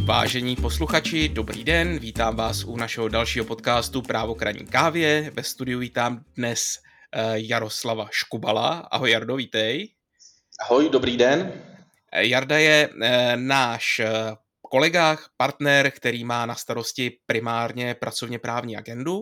Vážení posluchači, dobrý den, vítám vás u našeho dalšího podcastu Právo k ranní kávě. Ve studiu vítám dnes Jaroslava Škubala. Ahoj Jardo, vítej. Ahoj, dobrý den. Jarda je náš kolega, partner, který má na starosti primárně pracovně právní agendu.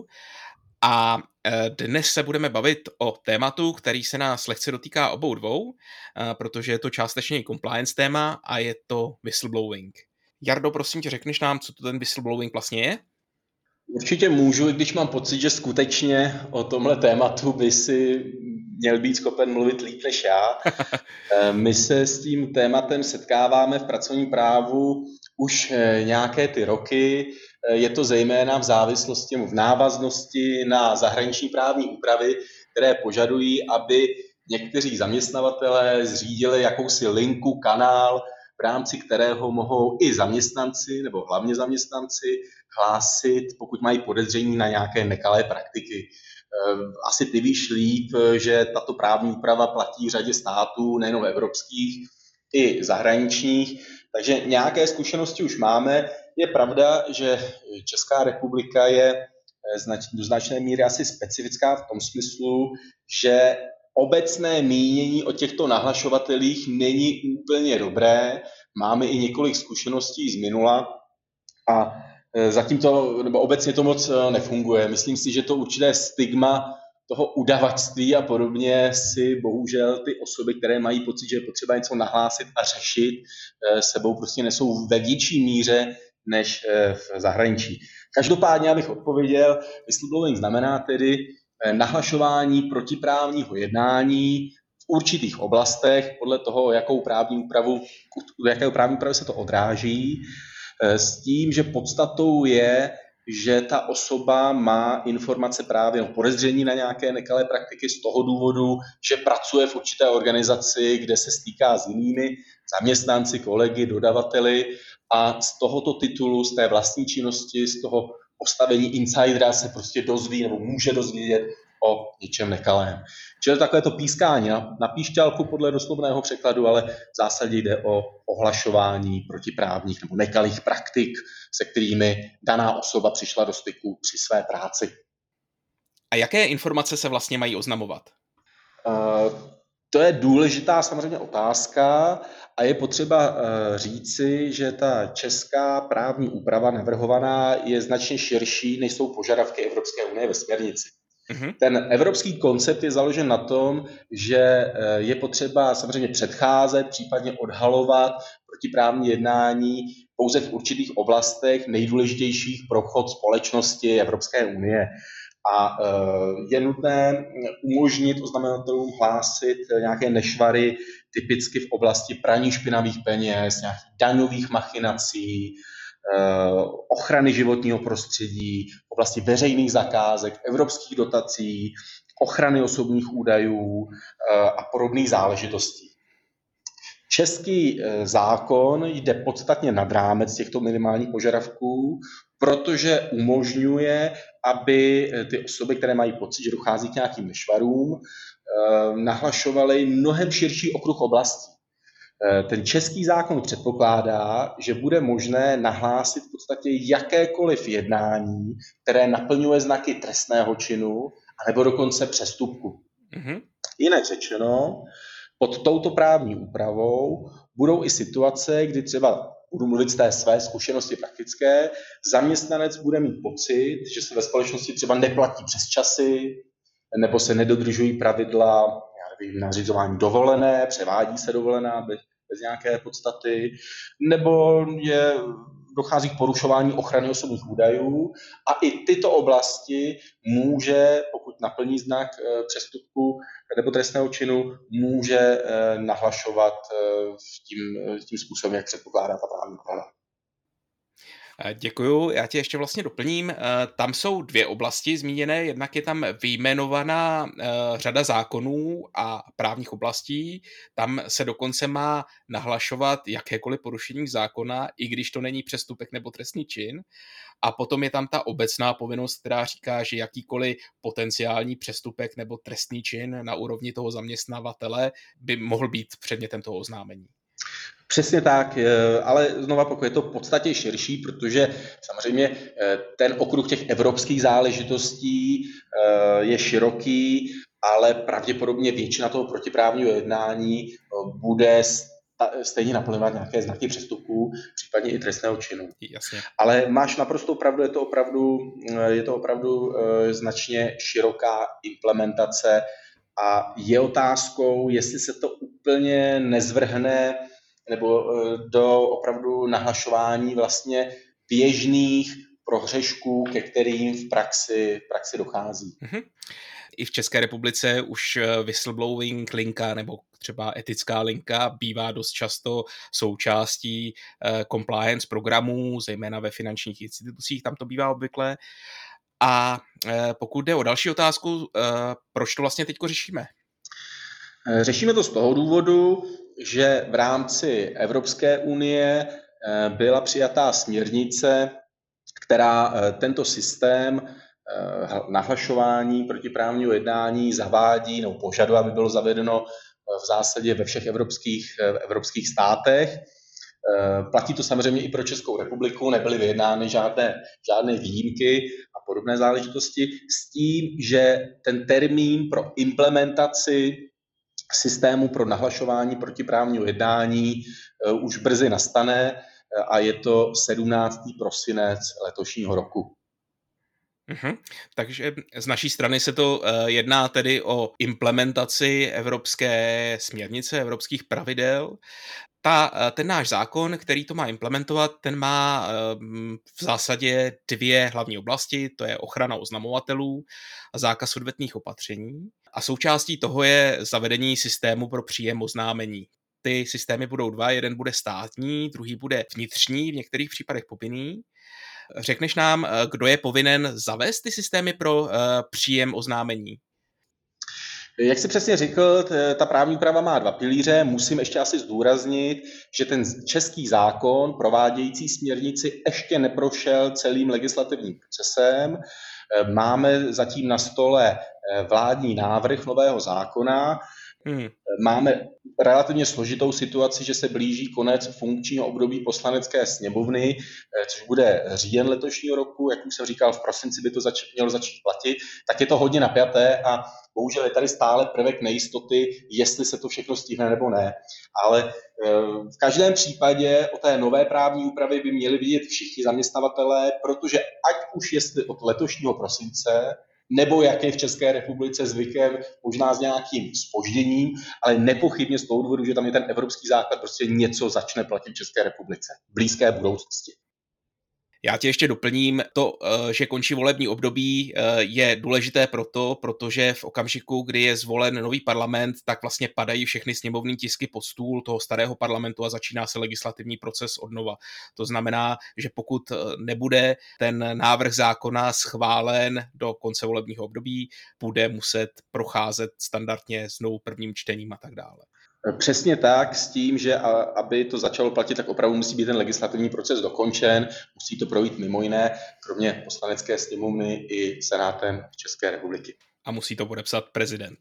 A dnes se budeme bavit o tématu, který se nás lehce dotýká obou dvou, protože je to částečně i compliance téma a je to whistleblowing. Jardo, prosím tě, řekneš nám, co to ten whistleblowing vlastně je? Určitě můžu, i když mám pocit, že skutečně o tomhle tématu by si měl být schopen mluvit líp než já. My se s tím tématem setkáváme v pracovním právu už nějaké ty roky. Je to zejména v závislosti, v návaznosti na zahraniční právní úpravy, které požadují, aby někteří zaměstnavatelé zřídili jakousi linku, kanál, v rámci kterého mohou i zaměstnanci, nebo hlavně zaměstnanci, hlásit, pokud mají podezření na nějaké nekalé praktiky. Asi ty víš líp, že tato právní úprava platí v řadě států, nejen evropských, i zahraničních, takže nějaké zkušenosti už máme. Je pravda, že Česká republika je do značné míry asi specifická v tom smyslu, že obecné mínění o těchto nahlašovatelích není úplně dobré. Máme i několik zkušeností z minula a zatím to, nebo obecně to moc nefunguje. Myslím si, že to určité stigma toho udavačství a podobně si bohužel ty osoby, které mají pocit, že je potřeba něco nahlásit a řešit, sebou prostě nesou ve větší míře než v zahraničí. Každopádně, abych odpověděl, whistleblowing znamená tedy nahlašování protiprávního jednání v určitých oblastech podle toho, jaké právní úpravy se to odráží, s tím, že podstatou je, že ta osoba má informace právě o podezření na nějaké nekalé praktiky z toho důvodu, že pracuje v určité organizaci, kde se stýká s jinými zaměstnanci, kolegy, dodavateli a z tohoto titulu, z té vlastní činnosti, z toho postavení insidera se prostě dozví nebo může dozvědět o něčem nekalém. Čili takové to pískání na píšťalku podle doslovného překladu, ale v zásadě jde o ohlašování protiprávních nebo nekalých praktik, se kterými daná osoba přišla do styku při své práci. A jaké informace se vlastně mají oznamovat? To je důležitá samozřejmě otázka a je potřeba říci, že ta česká právní úprava navrhovaná je značně širší, než jsou požadavky Evropské unie ve směrnici. Ten evropský koncept je založen na tom, že je potřeba samozřejmě předcházet, případně odhalovat protiprávní jednání pouze v určitých oblastech nejdůležitějších pro chod společnosti Evropské unie. A je nutné umožnit oznamovatelům hlásit nějaké nešvary typicky v oblasti praní špinavých peněz, nějakých daňových machinací, ochrany životního prostředí, v oblasti veřejných zakázek, evropských dotací, ochrany osobních údajů a podobných záležitostí. Český zákon jde podstatně nad rámec těchto minimálních požadavků, protože umožňuje, aby ty osoby, které mají pocit, že dochází k nějakým nešvarům, nahlašovaly mnohem širší okruh oblastí. Ten český zákon předpokládá, že bude možné nahlásit v podstatě jakékoliv jednání, které naplňuje znaky trestného činu, anebo dokonce přestupku. Jinak řečeno, pod touto právní úpravou budou i situace, kdy třeba, budu mluvit z té své zkušenosti praktické, zaměstnanec bude mít pocit, že se ve společnosti třeba neplatí přes časy, nebo se nedodržují pravidla nařizování dovolené, převádí se dovolená bez nějaké podstaty, nebo dochází k porušování ochrany osobních údajů a i tyto oblasti může, pokud naplní znak přestupku nebo trestného činu, může nahlašovat tím způsobem, jak předpokládá ta právní úprava. Děkuju, já tě ještě vlastně doplním. Tam jsou dvě oblasti zmíněné, jednak je tam vyjmenovaná řada zákonů a právních oblastí, tam se dokonce má nahlašovat jakékoliv porušení zákona, i když to není přestupek nebo trestný čin. A potom je tam ta obecná povinnost, která říká, že jakýkoliv potenciální přestupek nebo trestný čin na úrovni toho zaměstnavatele by mohl být předmětem toho oznámení. Přesně tak, ale znova pokud je to v podstatě širší, protože samozřejmě ten okruh těch evropských záležitostí je široký, ale pravděpodobně většina toho protiprávního jednání bude stejně naplňovat nějaké znaky přestupků, případně i trestného činu. Jasně. Ale máš naprostou pravdu, je to opravdu značně široká implementace a je otázkou, jestli se to úplně nezvrhne nebo do opravdu nahlašování vlastně běžných prohřešků, ke kterým v praxi dochází. Mm-hmm. I v České republice už whistleblowing linka nebo třeba etická linka bývá dost často součástí compliance programů, zejména ve finančních institucích, tam to bývá obvykle. A pokud jde o další otázku, proč to vlastně teďko řešíme? Řešíme to z toho důvodu, že v rámci Evropské unie byla přijatá směrnice, která tento systém nahlašování protiprávního jednání zavádí nebo požaduje, aby bylo zavedeno v zásadě ve všech evropských státech. Platí to samozřejmě i pro Českou republiku, nebyly vyjednány žádné výjimky a podobné záležitosti s tím, že ten termín pro implementaci systému pro nahlašování protiprávního jednání už brzy nastane a je to 17. prosinec letošního roku. Takže z naší strany se to jedná tedy o implementaci evropské směrnice, evropských pravidel. Ten náš zákon, který to má implementovat, ten má v zásadě dvě hlavní oblasti, to je ochrana oznamovatelů a zákaz odvetných opatření. A součástí toho je zavedení systému pro příjem oznámení. Ty systémy budou dva, jeden bude státní, druhý bude vnitřní, v některých případech povinný. Řekneš nám, kdo je povinen zavést ty systémy pro příjem oznámení? Jak jsi přesně řekl, ta právní úprava má dva pilíře. Musím ještě asi zdůraznit, že ten český zákon provádějící směrnici ještě neprošel celým legislativním procesem. Máme zatím na stole vládní návrh nového zákona. Máme relativně složitou situaci, že se blíží konec funkčního období Poslanecké sněmovny, což bude říjen letošního roku, jak už jsem říkal, v prosinci by to mělo začít platit, tak je to hodně napjaté a bohužel je tady stále prvek nejistoty, jestli se to všechno stihne nebo ne. Ale v každém případě o té nové právní úpravě by měli vidět všichni zaměstnavatelé, protože ať už jestli od letošního prosince, nebo jak je v České republice zvykem, možná s nějakým zpožděním, ale nepochybně z toho důvodu, že tam je ten evropský základ, prostě něco začne platit v České republice v blízké budoucnosti. Já tě ještě doplním, to, že končí volební období, je důležité protože v okamžiku, kdy je zvolen nový parlament, tak vlastně padají všechny sněmovní tisky pod stůl toho starého parlamentu a začíná se legislativní proces odnova. To znamená, že pokud nebude ten návrh zákona schválen do konce volebního období, bude muset procházet standardně znovu prvním čtením a tak dále. Přesně tak, s tím, že aby to začalo platit, tak opravdu musí být ten legislativní proces dokončen, musí to projít mimo jiné, kromě Poslanecké sněmovny i Senátem České republiky. A musí to podepsat prezident.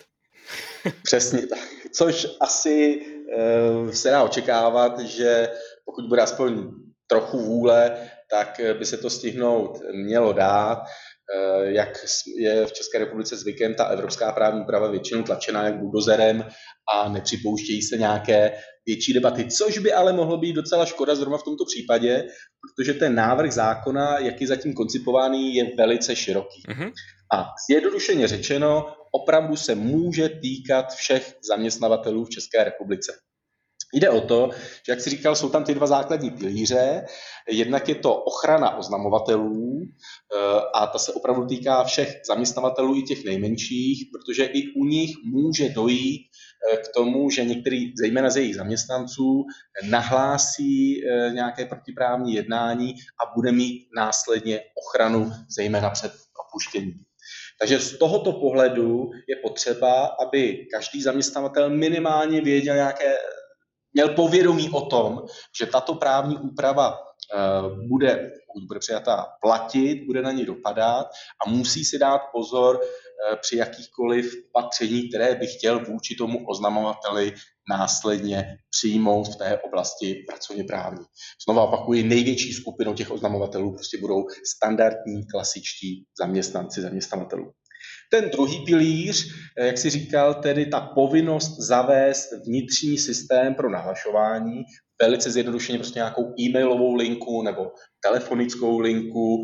Přesně tak, což asi se dá očekávat, že pokud bude aspoň trochu vůle, tak by se to stihnout mělo dát. Jak je v České republice zvykem, ta evropská právní úprava většinou tlačená jak buldozerem a nepřipouštějí se nějaké větší debaty, což by ale mohlo být docela škoda zrovna v tomto případě, protože ten návrh zákona, jak je zatím koncipovaný, je velice široký. A zjednodušeně řečeno, opravdu se může týkat všech zaměstnavatelů v České republice. Jde o to, že jak jsi říkal, jsou tam ty dva základní pilíře. Jednak je to ochrana oznamovatelů a ta se opravdu týká všech zaměstnavatelů i těch nejmenších, protože i u nich může dojít k tomu, že některý, zejména z jejich zaměstnanců, nahlásí nějaké protiprávní jednání a bude mít následně ochranu, zejména před propuštěním. Takže z tohoto pohledu je potřeba, aby každý zaměstnavatel minimálně měl povědomí o tom, že tato právní úprava pokud bude přijatá, platit, bude na něj dopadat a musí si dát pozor, při jakýchkoliv opatření, které by chtěl vůči tomu oznamovateli následně přijmout v té oblasti pracovně právní. Znova opakuji, největší skupinou těch oznamovatelů prostě budou standardní, klasičtí zaměstnanci, zaměstnavatelů. Ten druhý pilíř, jak si říkal, tedy ta povinnost zavést vnitřní systém pro nahlašování, velice zjednodušeně prostě nějakou e-mailovou linku nebo telefonickou linku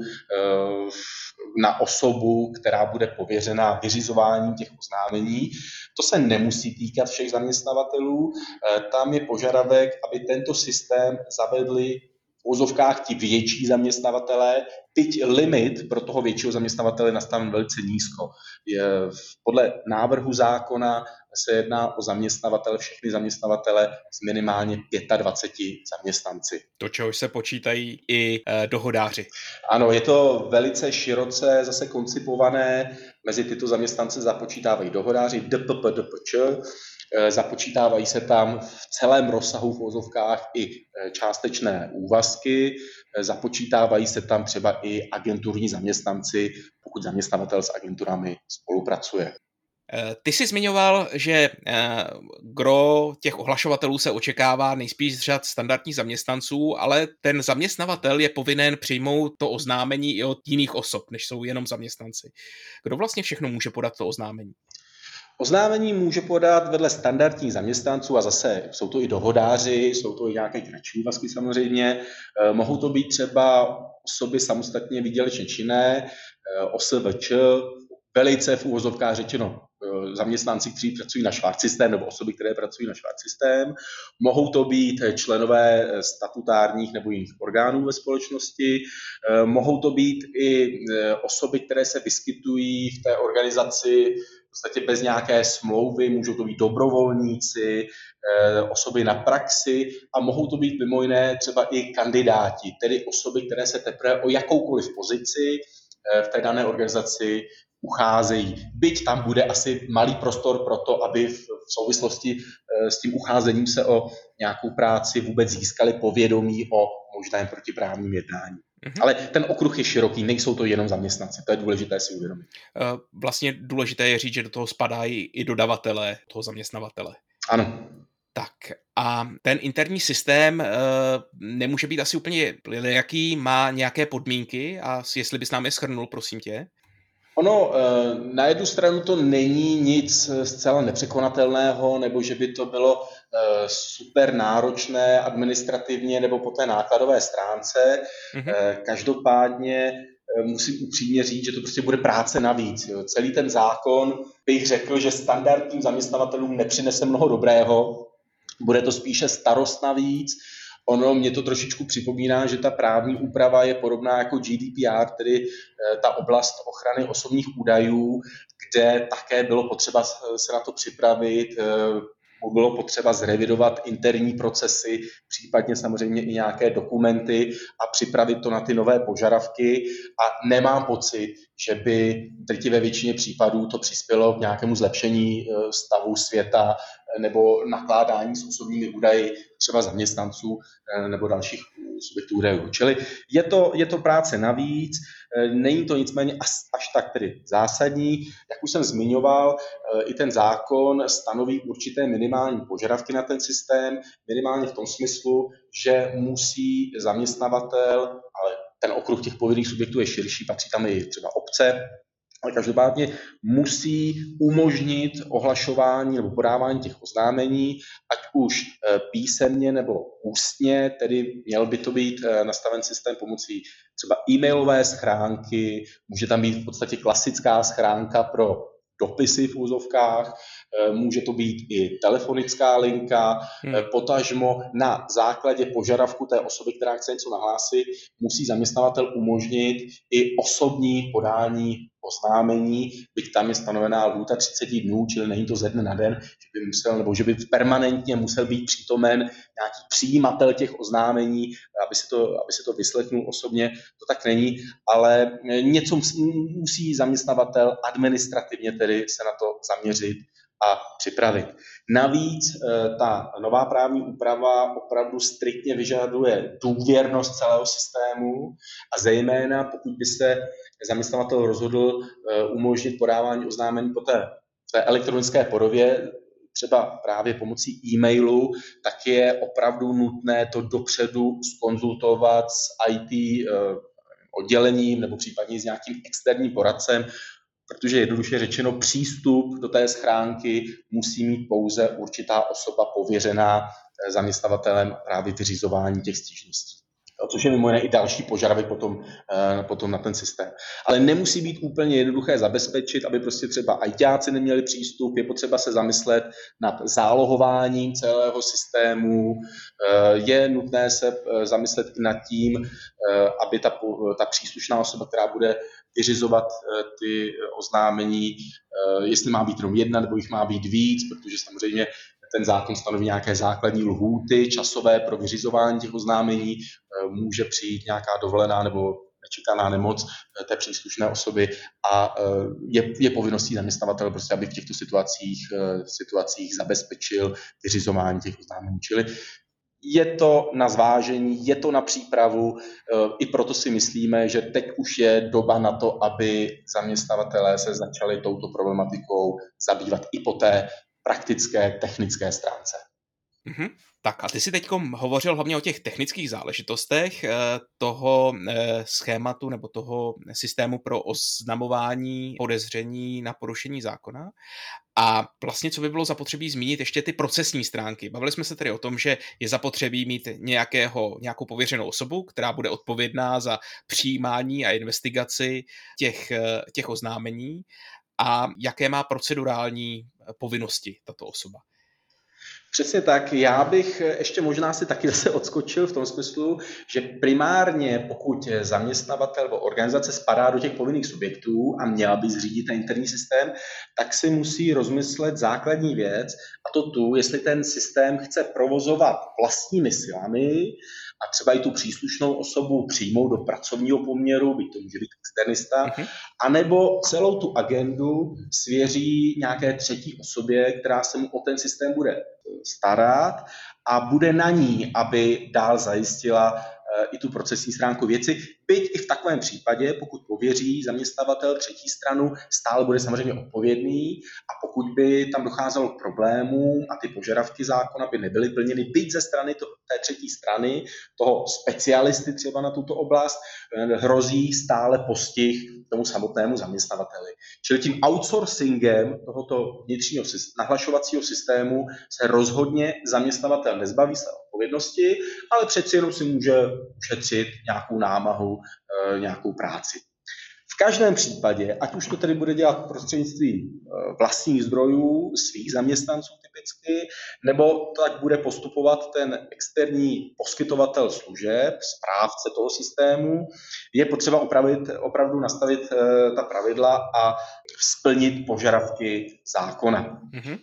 na osobu, která bude pověřena vyřizováním těch oznámení. To se nemusí týkat všech zaměstnavatelů. Tam je požadavek, aby tento systém zavedli v uvozovkách ti větší zaměstnavatelé, teď limit pro toho většího zaměstnavatele je nastaven velice nízko. Podle návrhu zákona se jedná o zaměstnavatele, všechny zaměstnavatele s minimálně 25 zaměstnanci. Do čehož se počítají i dohodáři. Ano, je to velice široce zase koncipované. Mezi tyto zaměstnance započítávají dohodáři DPP, DPČ, započítávají se tam v celém rozsahu v uvozovkách i částečné úvazky, započítávají se tam třeba i agenturní zaměstnanci, pokud zaměstnavatel s agenturami spolupracuje. Ty jsi zmiňoval, že gro těch ohlašovatelů se očekává nejspíš z řad standardních zaměstnanců, ale ten zaměstnavatel je povinen přijmout to oznámení i od jiných osob, než jsou jenom zaměstnanci. Kdo vlastně všechno může podat to oznámení? Oznámení může podat vedle standardních zaměstnanců a zase jsou to i dohodáři, jsou to i nějaké kratší úvazky samozřejmě. Mohou to být třeba osoby samostatně výdělečně činné, OSVČ, velice v uvozovkách řečeno zaměstnanci, kteří pracují na švart systém nebo osoby, které pracují na švart systém. Mohou to být členové statutárních nebo jiných orgánů ve společnosti. Mohou to být i osoby, které se vyskytují v té organizaci v podstatě bez nějaké smlouvy, můžou to být dobrovolníci, osoby na praxi a mohou to být mimo jiné třeba i kandidáti, tedy osoby, které se teprve o jakoukoliv pozici v té dané organizaci ucházejí. Byť tam bude asi malý prostor pro to, aby v souvislosti s tím ucházením se o nějakou práci vůbec získali povědomí o možném protiprávním jednání. Ale ten okruh je široký, nejsou to jenom zaměstnanci, to je důležité si uvědomit. Vlastně důležité je říct, že do toho spadají i dodavatelé toho zaměstnavatele. Ano. Tak a ten interní systém nemůže být asi úplně jaký, má nějaké podmínky a jestli bys nám je shrnul, prosím tě. Ono, na jednu stranu to není nic zcela nepřekonatelného, nebo že by to bylo super náročné administrativně nebo po té nákladové stránce. Každopádně musím upřímně říct, že to prostě bude práce navíc. Jo. Celý ten zákon bych řekl, že standardním zaměstnavatelům nepřinese mnoho dobrého, bude to spíše starost navíc. Ono mě to trošičku připomíná, že ta právní úprava je podobná jako GDPR, tedy ta oblast ochrany osobních údajů, kde také bylo potřeba se na to připravit, bylo potřeba zrevidovat interní procesy, případně samozřejmě i nějaké dokumenty a připravit to na ty nové požadavky a nemám pocit, že by drtivé většině případů to přispělo k nějakému zlepšení stavu světa nebo nakládání s osobními údaji třeba zaměstnanců nebo dalších subjektů údajů. Čili je to práce navíc, není to nicméně až tak tedy zásadní. Jak už jsem zmiňoval, i ten zákon stanoví určité minimální požadavky na ten systém, minimálně v tom smyslu, že musí zaměstnavatel, ale ten okruh těch povinných subjektů je širší, patří tam i třeba obce, ale každopádně musí umožnit ohlašování nebo podávání těch oznámení, ať už písemně nebo ústně, tedy měl by to být nastaven systém pomocí třeba e-mailové schránky, může tam být v podstatě klasická schránka pro dopisy v úzovkách, může to být i telefonická linka, potažmo na základě požadavku té osoby, která chce něco nahlásit, musí zaměstnavatel umožnit i osobní podání oznámení, byť tam je stanovená lhůta 30 dnů, čili není to ze dne na den, že by musel, nebo že by permanentně musel být přítomen nějaký přijímatel těch oznámení, aby se to vyslechnul osobně, to tak není, ale něco musí zaměstnavatel administrativně tedy se na to zaměřit a připravit. Navíc ta nová právní úprava opravdu striktně vyžaduje důvěrnost celého systému a zejména pokud by se zaměstnavatel rozhodl umožnit podávání oznámení po té elektronické podobě, třeba právě pomocí e-mailu, tak je opravdu nutné to dopředu zkonzultovat s IT oddělením nebo případně s nějakým externím poradcem, protože jednoduše řečeno přístup do té schránky musí mít pouze určitá osoba pověřená zaměstnavatelem právě vyřizování těch stížností. Což je mimo jiné i další požadavek potom na ten systém. Ale nemusí být úplně jednoduché zabezpečit, aby prostě třeba ITáci neměli přístup, je potřeba se zamyslet nad zálohováním celého systému, je nutné se zamyslet i nad tím, aby ta příslušná osoba, která bude vyřizovat ty oznámení, jestli má být jenom jedna, nebo jich má být víc, protože samozřejmě ten zákon stanoví nějaké základní lhůty časové pro vyřizování těch oznámení, může přijít nějaká dovolená nebo nečekaná nemoc té příslušné osoby a je povinností zaměstnavatele prostě, aby v těchto situacích zabezpečil vyřizování těch oznámení. Čili je to na zvážení, je to na přípravu, i proto si myslíme, že teď už je doba na to, aby zaměstnavatelé se začali touto problematikou zabývat i po té praktické, technické stránce. Mm-hmm. Tak a ty jsi teď hovořil hlavně o těch technických záležitostech toho schématu nebo toho systému pro oznamování podezření na porušení zákona. A vlastně, co by bylo zapotřebí zmínit, ještě ty procesní stránky. Bavili jsme se tedy o tom, že je zapotřebí mít nějakou pověřenou osobu, která bude odpovědná za přijímání a investigaci těch oznámení a jaké má procedurální povinnosti tato osoba. Přesně tak. Já bych ještě možná si taky zase odskočil v tom smyslu, že primárně pokud zaměstnavatel nebo organizace spadá do těch povinných subjektů a měla by zřídit ten interní systém, tak si musí rozmyslet základní věc, a to tu, jestli ten systém chce provozovat vlastními silami a třeba i tu příslušnou osobu přijmout do pracovního poměru, byť to může být externista, anebo celou tu agendu svěří nějaké třetí osobě, která se mu o ten systém bude starat a bude na ní, aby dál zajistila i tu procesní stránku věci. Byť i v takovém případě, pokud pověří zaměstnavatel třetí stranu, stále bude samozřejmě odpovědný a pokud by tam docházelo k problémům a ty požadavky zákona by nebyly plněny, byť ze strany té třetí strany, toho specialisty třeba na tuto oblast, hrozí stále postih tomu samotnému zaměstnavateli. Čili tím outsourcingem tohoto vnitřního nahlašovacího systému se rozhodně zaměstnavatel nezbaví své odpovědnosti, ale přeci jenom si může ušetřit nějakou námahu, nějakou práci. V každém případě, ať už to tedy bude dělat prostřednictvím vlastních zdrojů, svých zaměstnanců typicky, nebo tak bude postupovat ten externí poskytovatel služeb, správce toho systému, je potřeba opravdu nastavit ta pravidla a splnit požadavky zákona. Mm-hmm.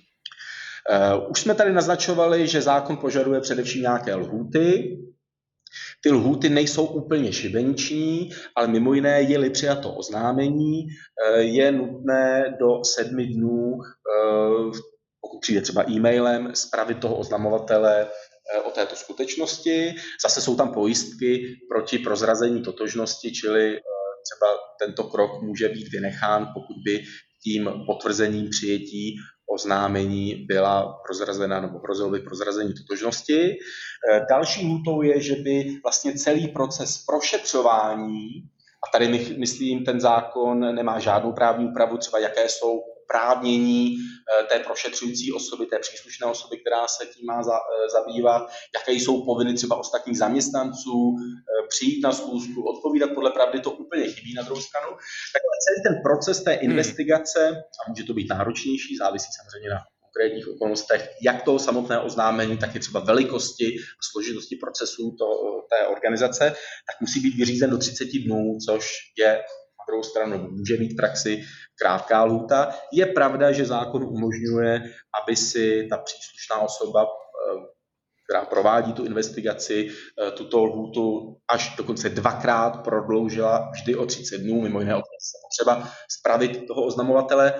Už jsme tady naznačovali, že zákon požaduje především nějaké lhůty. Ty lhůty nejsou úplně šibeniční, ale mimo jiné je-li přijato oznámení, je nutné do 7 dnů, pokud přijde třeba e-mailem, zpravit toho oznamovatele o této skutečnosti. Zase jsou tam pojistky proti prozrazení totožnosti, čili třeba tento krok může být vynechán, pokud by tím potvrzením přijetí oznámení byla prozrazena nebo hrozilo by prozrazení totožnosti. Další lhůtou je, že by vlastně celý proces prošetřování, a tady myslím, ten zákon nemá žádnou právní úpravu, třeba jaké jsou oprávnění té prošetřující osoby, té příslušné osoby, která se tím má zabývat, jaké jsou povinny třeba ostatních zaměstnanců, přijít na schůzku, odpovídat podle pravdy, to úplně chybí na druhou stranu. Takže celý ten proces té investigace, a může to být náročnější, závisí samozřejmě na konkrétních okolnostech, jak toho samotného oznámení, tak i třeba velikosti a složitosti procesů té organizace, tak musí být vyřízen do 30 dnů, což je na druhou stranu může být v praxi krátká lhůta. Je pravda, že zákon umožňuje, aby si ta příslušná osoba, která provádí tu investigaci, tuto lhůtu až dokonce 2krát prodloužila vždy o 30 dnů, mimo jiné potřeba spravit toho oznamovatele.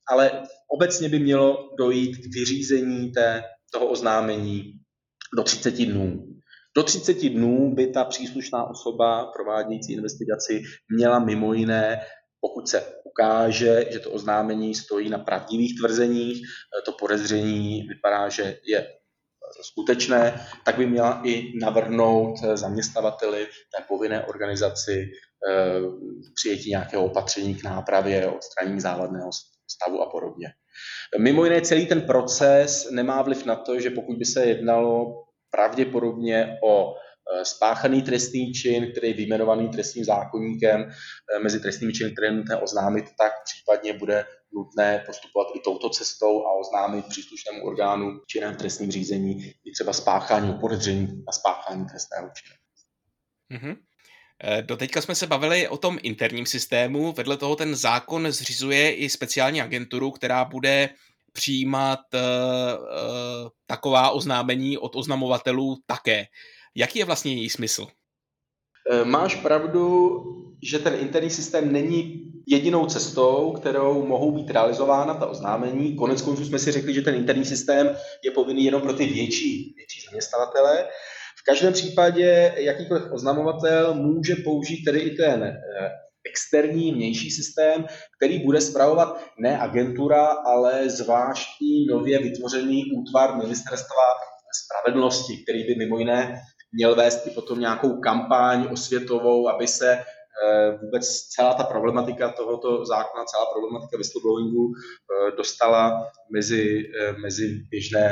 ale obecně by mělo dojít k vyřízení toho oznámení do 30 dnů. Do 30 dnů by ta příslušná osoba provádějící investigaci měla mimo jiné, pokud se ukáže, že to oznámení stojí na pravdivých tvrzeních, to podezření vypadá, že je skutečné, tak by měla i navrhnout zaměstnavateli té povinné organizaci přijetí nějakého opatření k nápravě, odstranění závadného stavu a podobně. Mimo jiné celý ten proces nemá vliv na to, že pokud by se jednalo pravděpodobně o spáchaný trestný čin, který je vyjmenovaný trestním zákoníkem mezi trestnými činy, které je nutné oznámit, tak případně bude nutné postupovat i touto cestou a oznámit příslušnému orgánu činném trestním řízení i třeba spáchání, podezření na spáchání trestného činu. Mm-hmm. Doteďka jsme se bavili o tom interním systému, vedle toho ten zákon zřizuje i speciální agenturu, která bude přijímat taková oznámení od oznamovatelů také. Jaký je vlastně její smysl? Máš pravdu, že ten interní systém není jedinou cestou, kterou mohou být realizována ta oznámení. Koneckonců jsme si řekli, že ten interní systém je povinný jenom pro ty větší zaměstnavatele. V každém případě jakýkoliv oznamovatel může použít tedy i ten externí vnější systém, který bude spravovat ne agentura, ale zvláštní nově vytvořený útvar Ministerstva spravedlnosti, který by mimo jiné měl vést i potom nějakou kampaň osvětovou, aby se vůbec celá ta problematika tohoto zákona, celá problematika whistleblowingu dostala mezi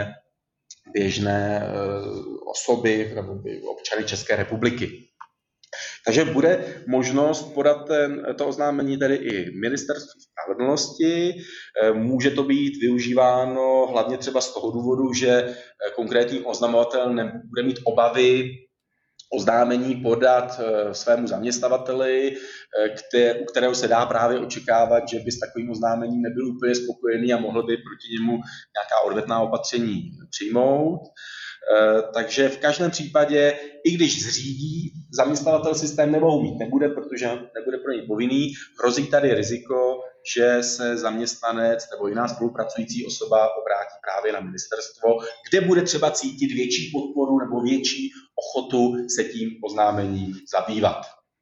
běžné osoby nebo občany České republiky. Takže bude možnost podat to oznámení tedy i Ministerstvu spravedlnosti. Může to být využíváno hlavně třeba z toho důvodu, že konkrétní oznamovatel nebude mít obavy oznámení podat svému zaměstnavateli, u kterého se dá právě očekávat, že by s takovým oznámením nebyl úplně spokojený a mohl by proti němu nějaká odvetná opatření přijmout. Takže v každém případě, i když zřídí, zaměstnavatel systém nebude, protože nebude pro něj povinný, hrozí tady riziko, že se zaměstnanec nebo jiná spolupracující osoba obrátí právě na ministerstvo, kde bude třeba cítit větší podporu nebo větší ochotu se tím oznámením zabývat.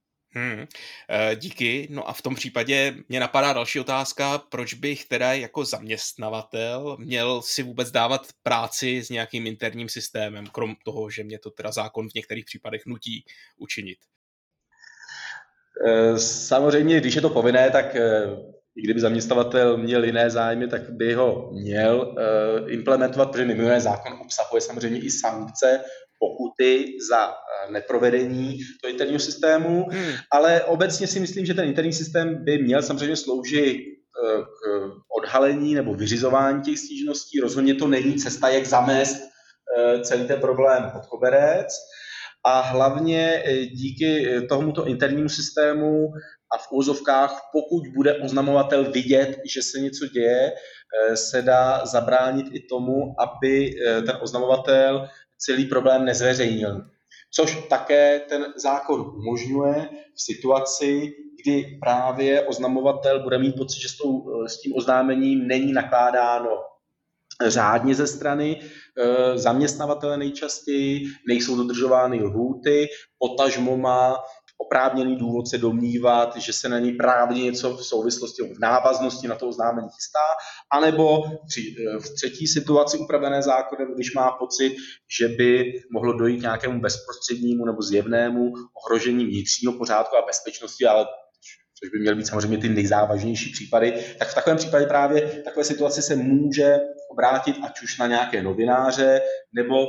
Díky. No a v tom případě mě napadá další otázka, proč bych teda jako zaměstnavatel měl si vůbec dávat práci s nějakým interním systémem, krom toho, že mě to teda zákon v některých případech nutí učinit. Samozřejmě, když je to povinné, tak i kdyby zaměstnavatel měl jiné zájmy, tak by ho měl implementovat, protože mimo jiné zákon obsahuje samozřejmě i sankce, pokuty za neprovedení toho interního systému, ale obecně si myslím, že ten interní systém by měl samozřejmě sloužit k odhalení nebo vyřizování těch stížností. Rozhodně to není cesta, jak zamést celý ten problém pod koberec. A hlavně díky tomuto internímu systému a v úvozovkách, pokud bude oznamovatel vidět, že se něco děje, se dá zabránit i tomu, aby ten oznamovatel celý problém nezveřejnil. Což také ten zákon umožňuje v situaci, kdy právě oznamovatel bude mít pocit, že s tím oznámením není nakládáno řádně ze strany zaměstnavatele nejčastěji, nejsou dodržovány lhůty, potažmo má oprávněný důvod se domnívat, že se na něj právě něco v souvislosti, v návaznosti na to oznámení chystá, anebo v třetí situaci upravené zákonem, když má pocit, že by mohlo dojít k nějakému bezprostřednímu nebo zjevnému ohrožení vnitřního pořádku a bezpečnosti, ale což by měly být samozřejmě ty nejzávažnější případy, tak v takovém případě právě takové situaci se může obrátit ať už na nějaké novináře, nebo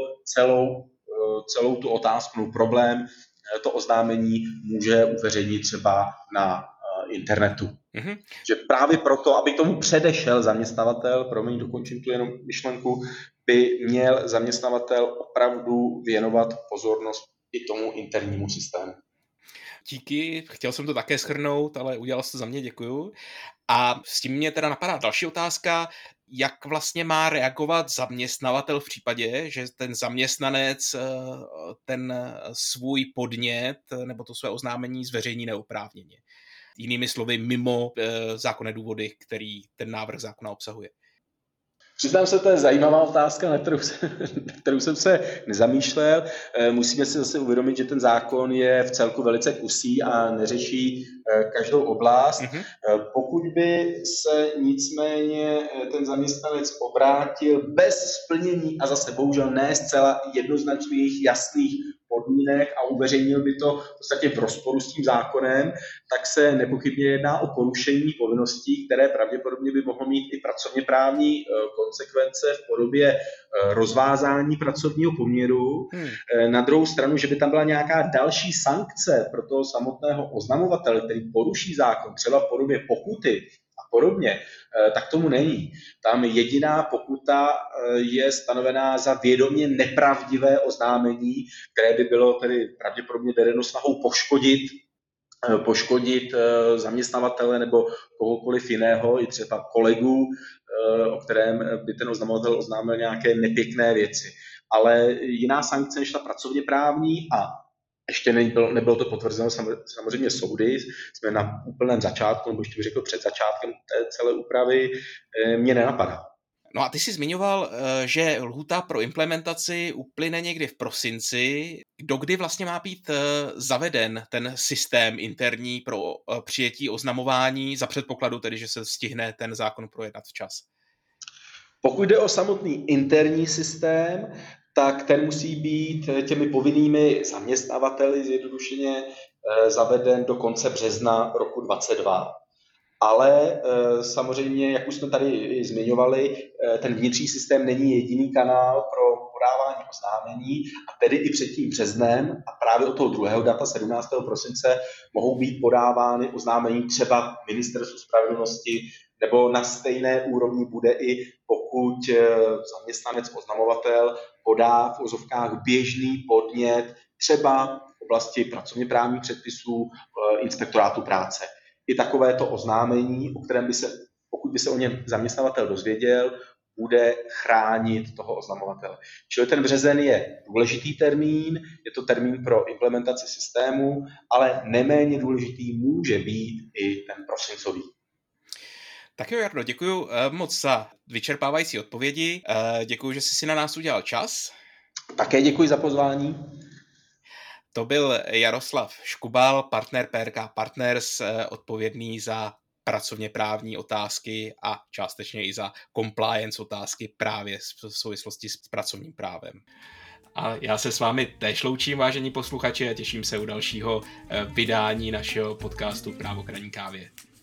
celou tu otázku nebo problém, to oznámení může uveřejnit třeba na internetu. Mm-hmm. Že právě proto, aby tomu předešel zaměstnavatel, promiň, dokončím tu jenom myšlenku, by měl zaměstnavatel opravdu věnovat pozornost i tomu internímu systému. Díky, chtěl jsem to také shrnout, ale udělal jsi to za mě, děkuju. A s tím mě teda napadá další otázka, jak vlastně má reagovat zaměstnavatel v případě, že ten zaměstnanec ten svůj podnět nebo to své oznámení zveřejní neoprávněně. jinými slovy mimo zákonné důvody, který ten návrh zákona obsahuje? Přiznám se, to je zajímavá otázka, na kterou jsem se nezamýšlel. Musíme si zase uvědomit, že ten zákon je v celku velice kusý a neřeší každou oblast. Pokud by se nicméně ten zaměstnanec obrátil bez splnění a zase bohužel ne zcela jednoznačných, jasných podmínek a uveřejnil by to v podstatě v rozporu s tím zákonem, tak se nepochybně jedná o porušení povinností, které pravděpodobně by mohlo mít i pracovně právní konsekvence v podobě rozvázání pracovního poměru. Na druhou stranu, že by tam byla nějaká další sankce pro toho samotného oznamovatele, který poruší zákon, třeba v podobě pokuty a podobně, tak tomu není. Tam jediná pokuta je stanovená za vědomě nepravdivé oznámení, které by bylo tedy pravděpodobně vedeno snahou poškodit zaměstnavatele nebo kohokoliv jiného, i třeba kolegu, o kterém by ten oznamovatel oznámil nějaké nepěkné věci. Ale jiná sankce než ta pracovně právní a ještě nebylo to potvrzeno samozřejmě soudy, jsme na úplném začátku, nebo ještě bych řekl před začátkem té celé úpravy, mě nenapadá. No a ty jsi zmiňoval, že lhůta pro implementaci uplyne někdy v prosinci. Dokdy vlastně má být zaveden ten systém interní pro přijetí oznamování za předpokladu tedy, že se stihne ten zákon projednat včas? Pokud jde o samotný interní systém, tak ten musí být těmi povinnými zaměstnavateli zjednodušeně zaveden do konce března roku 2022. Ale samozřejmě, jak už jsme tady zmiňovali, ten vnitřní systém není jediný kanál pro podávání oznámení a tedy i před tím březnem a právě od toho druhého data 17. prosince mohou být podávány oznámení třeba Ministerstvu spravedlnosti nebo na stejné úrovni bude i pokud zaměstnanec, oznamovatel podá v ozovkách běžný podnět třeba v oblasti pracovně právních předpisů inspektorátu práce. I takovéto oznámení, o kterém pokud by se o něm zaměstnavatel dozvěděl, bude chránit toho oznamovatele. Čili ten březen je důležitý termín, je to termín pro implementaci systému, ale neméně důležitý může být i ten prosincový. Tak jo, Jardo, děkuji moc za vyčerpávající odpovědi. Děkuji, že jsi si na nás udělal čas. Také děkuji za pozvání. To byl Jaroslav Škubal, partner PRK Partners, odpovědný za pracovně právní otázky a částečně i za compliance otázky právě v souvislosti s pracovním právem. A já se s vámi též loučím, vážení posluchači, a těším se u dalšího vydání našeho podcastu Právo k ranní kávě.